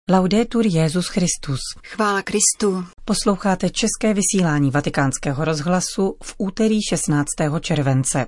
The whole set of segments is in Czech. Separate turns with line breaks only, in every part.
Laudetur Jesus Christus.
Chvála Kristu.
Posloucháte české vysílání Vatikánského rozhlasu v úterý 16. července.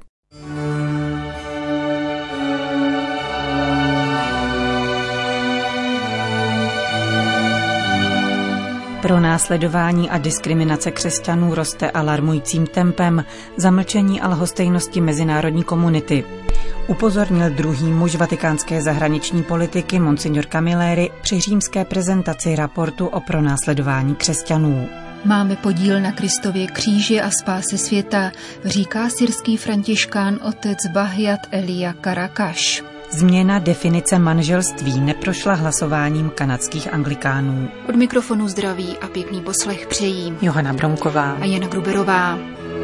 Pronásledování a diskriminace křesťanů roste alarmujícím tempem, zamlčení a lhostejnosti mezinárodní komunity. Upozornil druhý muž vatikánské zahraniční politiky Monsignor Camilleri při římské prezentaci raportu o pronásledování křesťanů.
Máme podíl na Kristově kříži a spáse světa, říká syrský františkán otec Bahiat Elia Karakaš.
Změna definice manželství neprošla hlasováním kanadských anglikánů.
Od mikrofonu zdraví a pěkný poslech přejí
Johana Bronková
a Jana Gruberová.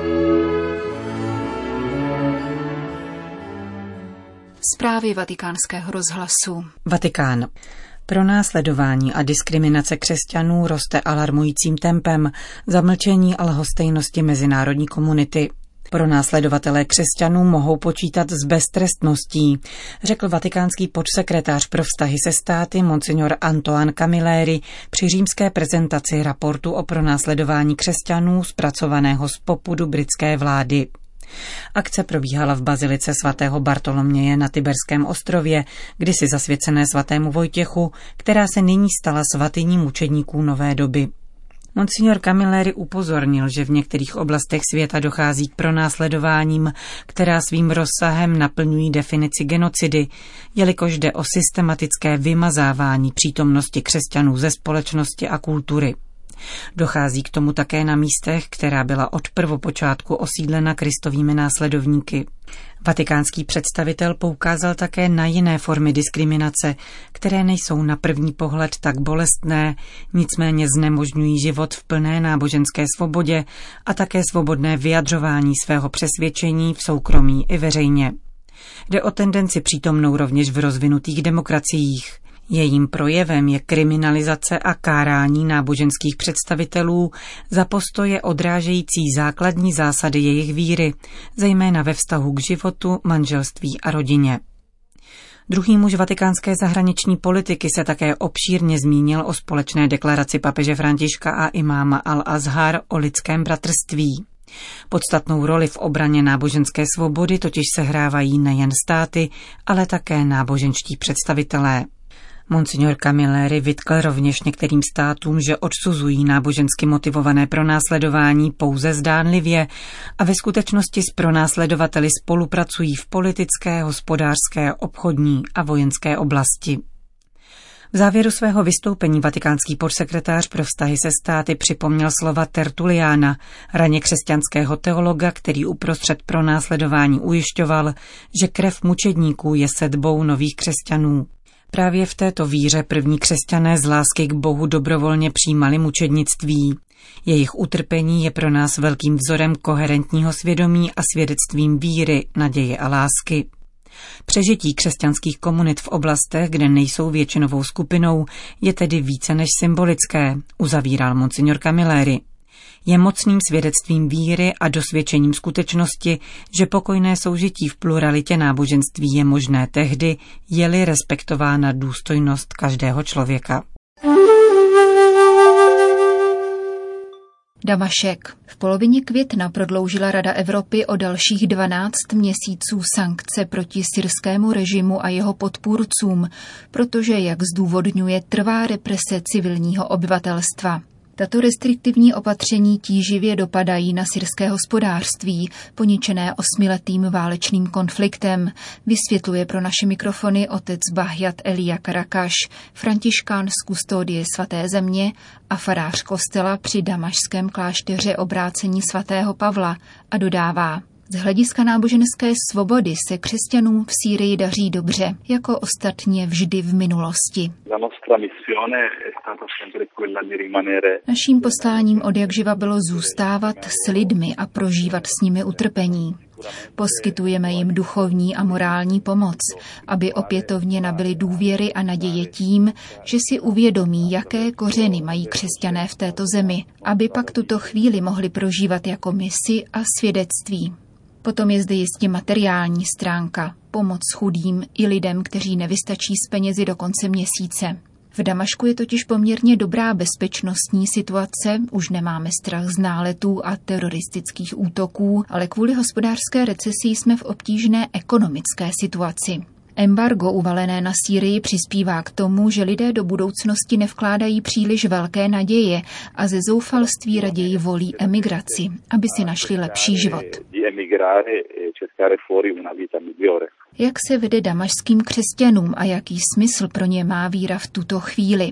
Zprávy Vatikánského rozhlasu.
Vatikán. Pronásledování a diskriminace křesťanů roste alarmujícím tempem, zamlčení a lhostejnosti mezinárodní komunity. Pronásledovatelé křesťanů mohou počítat s beztrestností, řekl vatikánský podsekretář pro vztahy se státy Monsignor Antoine Camilleri při římské prezentaci raportu o pronásledování křesťanů zpracovaného z popudu britské vlády. Akce probíhala v bazilice svatého Bartoloměje na Tiberském ostrově, kdysi zasvěcené svatému Vojtěchu, která se nyní stala svatyní mučedníků nové doby. Monsignor Camilleri upozornil, že v některých oblastech světa dochází k pronásledováním, která svým rozsahem naplňují definici genocidy, jelikož jde o systematické vymazávání přítomnosti křesťanů ze společnosti a kultury. Dochází k tomu také na místech, která byla od prvopočátku osídlena Kristovými následovníky. Vatikánský představitel poukázal také na jiné formy diskriminace, které nejsou na první pohled tak bolestné, nicméně znemožňují život v plné náboženské svobodě a také svobodné vyjadřování svého přesvědčení v soukromí i veřejně. Jde o tendenci přítomnou rovněž v rozvinutých demokraciích. Jejím projevem je kriminalizace a kárání náboženských představitelů za postoje odrážející základní zásady jejich víry, zejména ve vztahu k životu, manželství a rodině. Druhý muž vatikánské zahraniční politiky se také obšírně zmínil o společné deklaraci papeže Františka a imáma Al-Azhar o lidském bratrství. Podstatnou roli v obraně náboženské svobody totiž sehrávají nejen státy, ale také náboženští představitelé. Monsignor Camilleri vytkl rovněž některým státům, že odsuzují nábožensky motivované pronásledování pouze zdánlivě a ve skutečnosti s pronásledovateli spolupracují v politické, hospodářské, obchodní a vojenské oblasti. V závěru svého vystoupení vatikánský podsekretář pro vztahy se státy připomněl slova Tertuliana, raně křesťanského teologa, který uprostřed pronásledování ujišťoval, že krev mučedníků je sedbou nových křesťanů. Právě v této víře první křesťané z lásky k Bohu dobrovolně přijímali mučednictví. Jejich utrpení je pro nás velkým vzorem koherentního svědomí a svědectvím víry, naděje a lásky. Přežití křesťanských komunit v oblastech, kde nejsou většinovou skupinou, je tedy více než symbolické, uzavíral Monsignor Camilleri. Je mocným svědectvím víry a dosvědčením skutečnosti, že pokojné soužití v pluralitě náboženství je možné tehdy, je-li respektována důstojnost každého člověka.
Damašek. V polovině května prodloužila Rada Evropy o dalších 12 měsíců sankce proti syrskému režimu a jeho podpůrcům, protože, jak zdůvodňuje, trvá represe civilního obyvatelstva. Tato restriktivní opatření tíživě dopadají na syrské hospodářství, poničené 8letým válečným konfliktem, vysvětluje pro naše mikrofony otec Bahiat Elia Karakaš, františkán z kustodie svaté země a farář kostela při damašském klášteře obrácení svatého Pavla, a dodává: z hlediska náboženské svobody se křesťanům v Sýrii daří dobře, jako ostatně vždy v minulosti. Naším posláním odjakživa bylo zůstávat s lidmi a prožívat s nimi utrpení. Poskytujeme jim duchovní a morální pomoc, aby opětovně nabyli důvěry a naděje tím, že si uvědomí, jaké kořeny mají křesťané v této zemi, aby pak tuto chvíli mohli prožívat jako misi a svědectví. Potom je zde jistě materiální stránka, pomoc chudým i lidem, kteří nevystačí s penězi do konce měsíce. V Damašku je totiž poměrně dobrá bezpečnostní situace, už nemáme strach z náletů a teroristických útoků, ale kvůli hospodářské recesi jsme v obtížné ekonomické situaci. Embargo uvalené na Sýrii přispívá k tomu, že lidé do budoucnosti nevkládají příliš velké naděje a ze zoufalství raději volí emigraci, aby si našli lepší život. Jak se vede damašským křesťanům a jaký smysl pro ně má víra v tuto chvíli?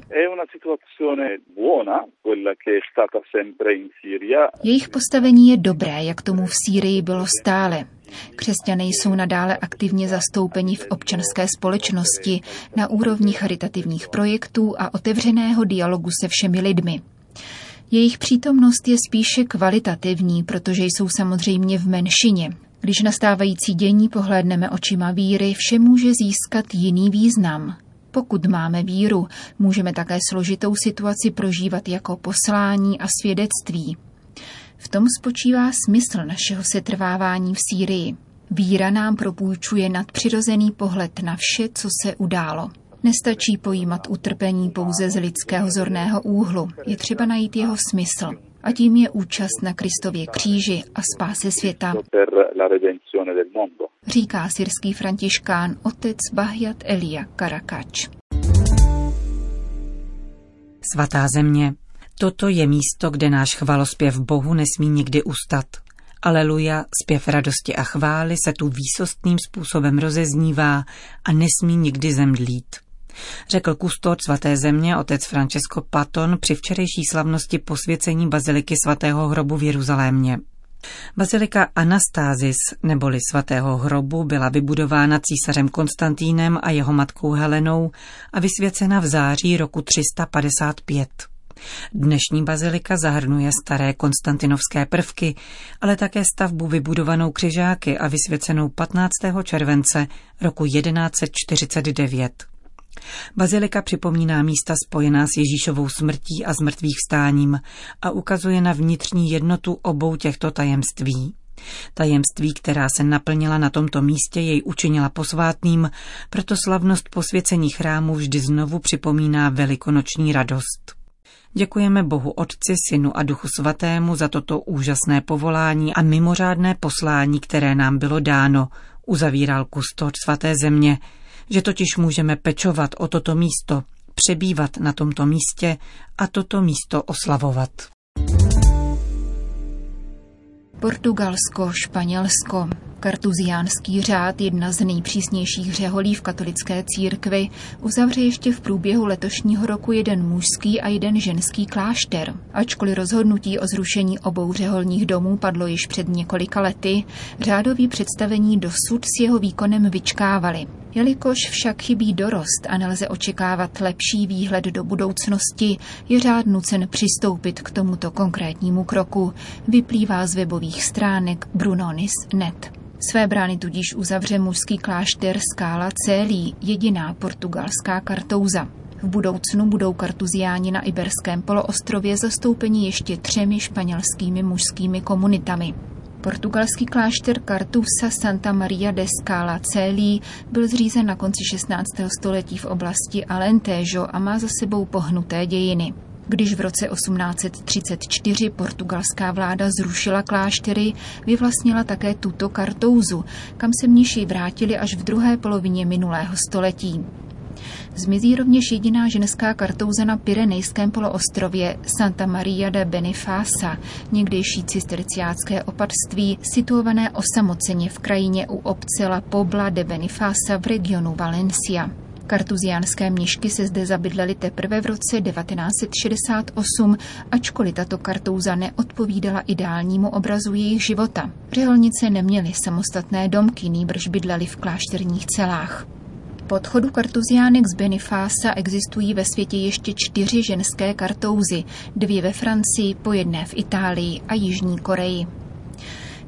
Jejich postavení je dobré, jak tomu v Sýrii bylo stále. Křesťané jsou nadále aktivně zastoupeni v občanské společnosti na úrovni charitativních projektů a otevřeného dialogu se všemi lidmi. Jejich přítomnost je spíše kvalitativní, protože jsou samozřejmě v menšině. Když nastávající dění pohlédneme očima víry, vše může získat jiný význam. Pokud máme víru, můžeme také složitou situaci prožívat jako poslání a svědectví. V tom spočívá smysl našeho setrvávání v Sýrii. Víra nám propůjčuje nadpřirozený pohled na vše, co se událo. Nestačí pojímat utrpení pouze z lidského zorného úhlu, je třeba najít jeho smysl. A tím je účast na Kristově kříži a spáse světa. Říká syrský františkán otec Bahjat Elia Karakač.
Svatá země. Toto je místo, kde náš chvalospěv Bohu nesmí nikdy ustat. Aleluja, zpěv radosti a chvály se tu výsostným způsobem rozeznívá a nesmí nikdy zemdlít, řekl kustód svaté země otec Francesco Paton při včerejší slavnosti posvěcení baziliky svatého hrobu v Jeruzalémě. Bazilika Anastázis neboli svatého hrobu byla vybudována císařem Konstantínem a jeho matkou Helenou a vysvěcena v září roku 355. Dnešní bazilika zahrnuje staré konstantinovské prvky, ale také stavbu vybudovanou křižáky a vysvěcenou 15. července roku 1149. Bazilika připomíná místa spojená s Ježíšovou smrtí a zmrtvých vstáním a ukazuje na vnitřní jednotu obou těchto tajemství. Tajemství, která se naplnila na tomto místě, jej učinila posvátným, proto slavnost posvěcení chrámu vždy znovu připomíná velikonoční radost. Děkujeme Bohu Otci, Synu a Duchu Svatému za toto úžasné povolání a mimořádné poslání, které nám bylo dáno, uzavíral kustód svaté země, že totiž můžeme pečovat o toto místo, přebývat na tomto místě a toto místo oslavovat.
Portugalsko, Španělsko. Kartuziánský řád, jedna z nejpřísnějších řeholí v katolické církvi, uzavře ještě v průběhu letošního roku jeden mužský a jeden ženský klášter. Ačkoliv rozhodnutí o zrušení obou řeholních domů padlo již před několika lety, řádoví představení dosud s jeho výkonem vyčkávali. Jelikož však chybí dorost a nelze očekávat lepší výhled do budoucnosti, je řád nucen přistoupit k tomuto konkrétnímu kroku, vyplývá z webových stránek brunonis.net. Své brány tudíž uzavře mužský klášter Scala Coeli, jediná portugalská kartouza. V budoucnu budou kartuziáni na Iberském poloostrově zastoupeni ještě 3 španělskými mužskými komunitami. Portugalský klášter Cartusa Santa Maria de Scala Coeli byl zřízen na konci 16. století v oblasti Alentejo a má za sebou pohnuté dějiny. Když v roce 1834 portugalská vláda zrušila kláštery, vyvlastnila také tuto kartouzu, kam se mniši vrátili až v druhé polovině minulého století. Zmizí rovněž jediná ženská kartouza na Pyrenejském poloostrově Santa Maria de Benifasa, někdejší cisterciácké opatství, situované osamoceně v krajině u obce La Pobla de Benifasa v regionu Valencia. Kartuziánské mnišky se zde zabydlely teprve v roce 1968, ačkoliv tato kartouza neodpovídala ideálnímu obrazu jejich života. Řeholnice neměly samostatné domky, nýbrž bydlely v klášterních celách. Po odchodu kartuziánek z Benifasa existují ve světě ještě 4 ženské kartouzy, 2 ve Francii, po 1 v Itálii a Jižní Koreji.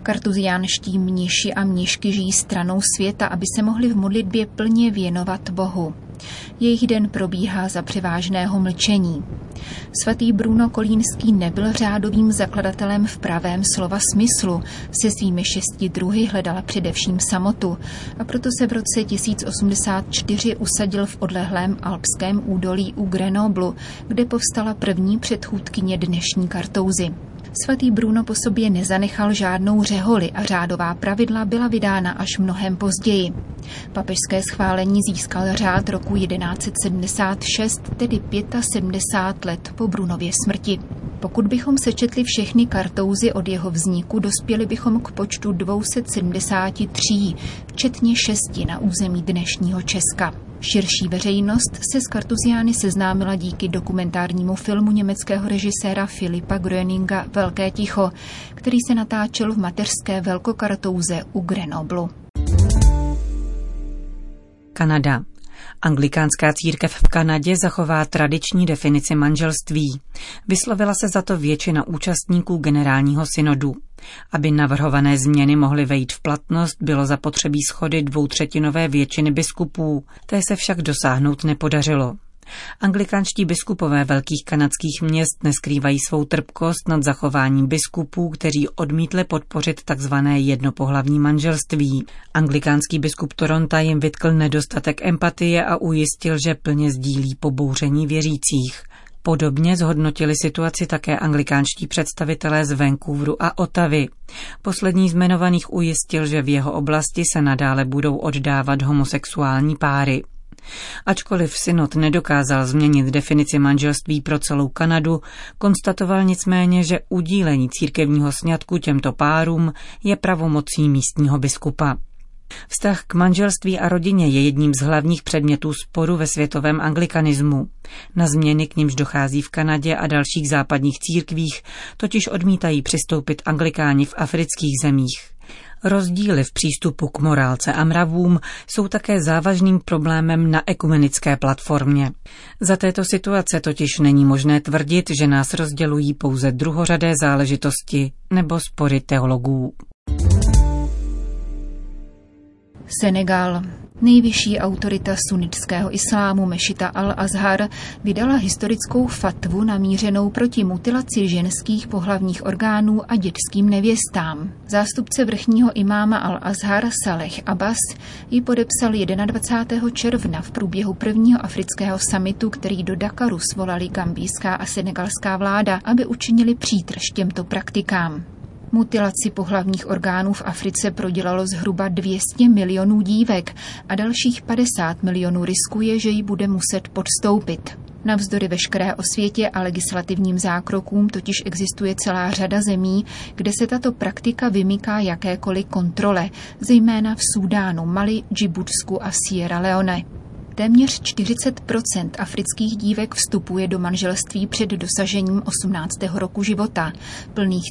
Kartuziánští mniši a mnišky žijí stranou světa, aby se mohli v modlitbě plně věnovat Bohu. Jejich den probíhá za převážného mlčení. Svatý Bruno Kolínský nebyl řádovým zakladatelem v pravém slova smyslu, se svými 6 druhy hledal především samotu a proto se v roce 1084 usadil v odlehlém alpském údolí u Grenoblu, kde povstala první předchůdkyně dnešní Kartouzy. Svatý Bruno po sobě nezanechal žádnou řeholi a řádová pravidla byla vydána až mnohem později. Papežské schválení získal řád roku 1176, tedy 75 let po Brunově smrti. Pokud bychom sečetli všechny Kartouzy od jeho vzniku, dospěli bychom k počtu 273, včetně 6 na území dnešního Česka. Širší veřejnost se s Kartuziány seznámila díky dokumentárnímu filmu německého režiséra Philippa Gröninga Velké ticho, který se natáčel v mateřské Velkokartouze u Grenoblu.
Kanada. Anglikánská církev v Kanadě zachová tradiční definici manželství. Vyslovila se za to většina účastníků generálního synodu. Aby navrhované změny mohly vejít v platnost, bylo zapotřebí shody 2/3 většiny biskupů. Té se však dosáhnout nepodařilo. Anglikánští biskupové velkých kanadských měst neskrývají svou trpkost nad zachováním biskupů, kteří odmítli podpořit tzv. Jednopohlavní manželství. Anglikánský biskup Toronto jim vytkl nedostatek empatie a ujistil, že plně sdílí pobouření věřících. Podobně zhodnotili situaci také anglikánští představitelé z Vancouveru a Ottavy. Poslední z jmenovaných ujistil, že v jeho oblasti se nadále budou oddávat homosexuální páry. Ačkoliv synod nedokázal změnit definici manželství pro celou Kanadu, konstatoval nicméně, že udílení církevního sňatku těmto párům je pravomocí místního biskupa. Vztah k manželství a rodině je jedním z hlavních předmětů sporu ve světovém anglikanismu. Na změny, k nimž dochází v Kanadě a dalších západních církvích, totiž odmítají přistoupit anglikáni v afrických zemích. Rozdíly v přístupu k morálce a mravům jsou také závažným problémem na ekumenické platformě. Za této situace totiž není možné tvrdit, že nás rozdělují pouze druhořadé záležitosti nebo spory teologů.
Senegal. Nejvyšší autorita sunnického islámu Mešita al-Azhar vydala historickou fatvu namířenou proti mutilaci ženských pohlavních orgánů a dětským nevěstám. Zástupce vrchního imáma al-Azhar Saleh Abbas ji podepsal 21. června v průběhu prvního afrického summitu, který do Dakaru svolali gambijská a senegalská vláda, aby učinili přítrž těmto praktikám. Mutilaci pohlavních orgánů v Africe prodělalo zhruba 200 milionů dívek a dalších 50 milionů riskuje, že ji bude muset podstoupit. Navzdory veškeré osvětě a legislativním zákrokům totiž existuje celá řada zemí, kde se tato praktika vymyká jakékoliv kontrole, zejména v Súdánu, Mali, Džibutsku a Sierra Leone. Téměř 40% afrických dívek vstupuje do manželství před dosažením 18. roku života, plných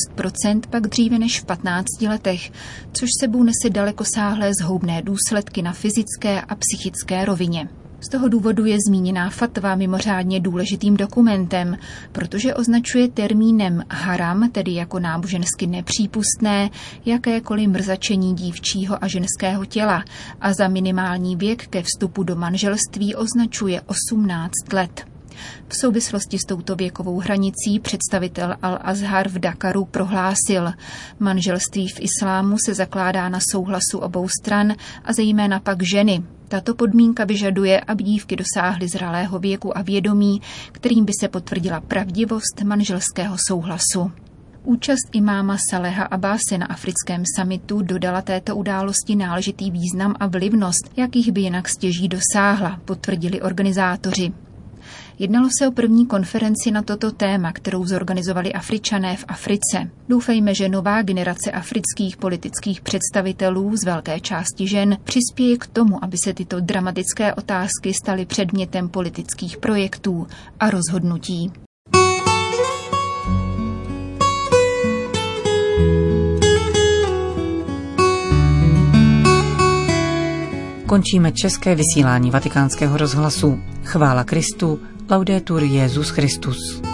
13% pak dříve než v 15 letech, což sebou nese dalekosáhlé zhoubné důsledky na fyzické a psychické rovině. Z toho důvodu je zmíněná fatva mimořádně důležitým dokumentem, protože označuje termínem haram, tedy jako nábožensky nepřípustné, jakékoliv mrzačení dívčího a ženského těla a za minimální věk ke vstupu do manželství označuje 18 let. V souvislosti s touto věkovou hranicí představitel Al-Azhar v Dakaru prohlásil: manželství v islámu se zakládá na souhlasu obou stran a zejména pak ženy. Tato podmínka vyžaduje, aby dívky dosáhly zralého věku a vědomí, kterým by se potvrdila pravdivost manželského souhlasu. Účast imáma Saleha Abbase na africkém summitu dodala této události náležitý význam a vlivnost, jakých by jinak stěží dosáhla, potvrdili organizátoři. Jednalo se o první konferenci na toto téma, kterou zorganizovali Afričané v Africe. Doufejme, že nová generace afrických politických představitelů, z velké části žen, přispěje k tomu, aby se tyto dramatické otázky staly předmětem politických projektů a rozhodnutí.
Končíme české vysílání Vatikánského rozhlasu. Chvála Kristu, laudetur Jesus Christus.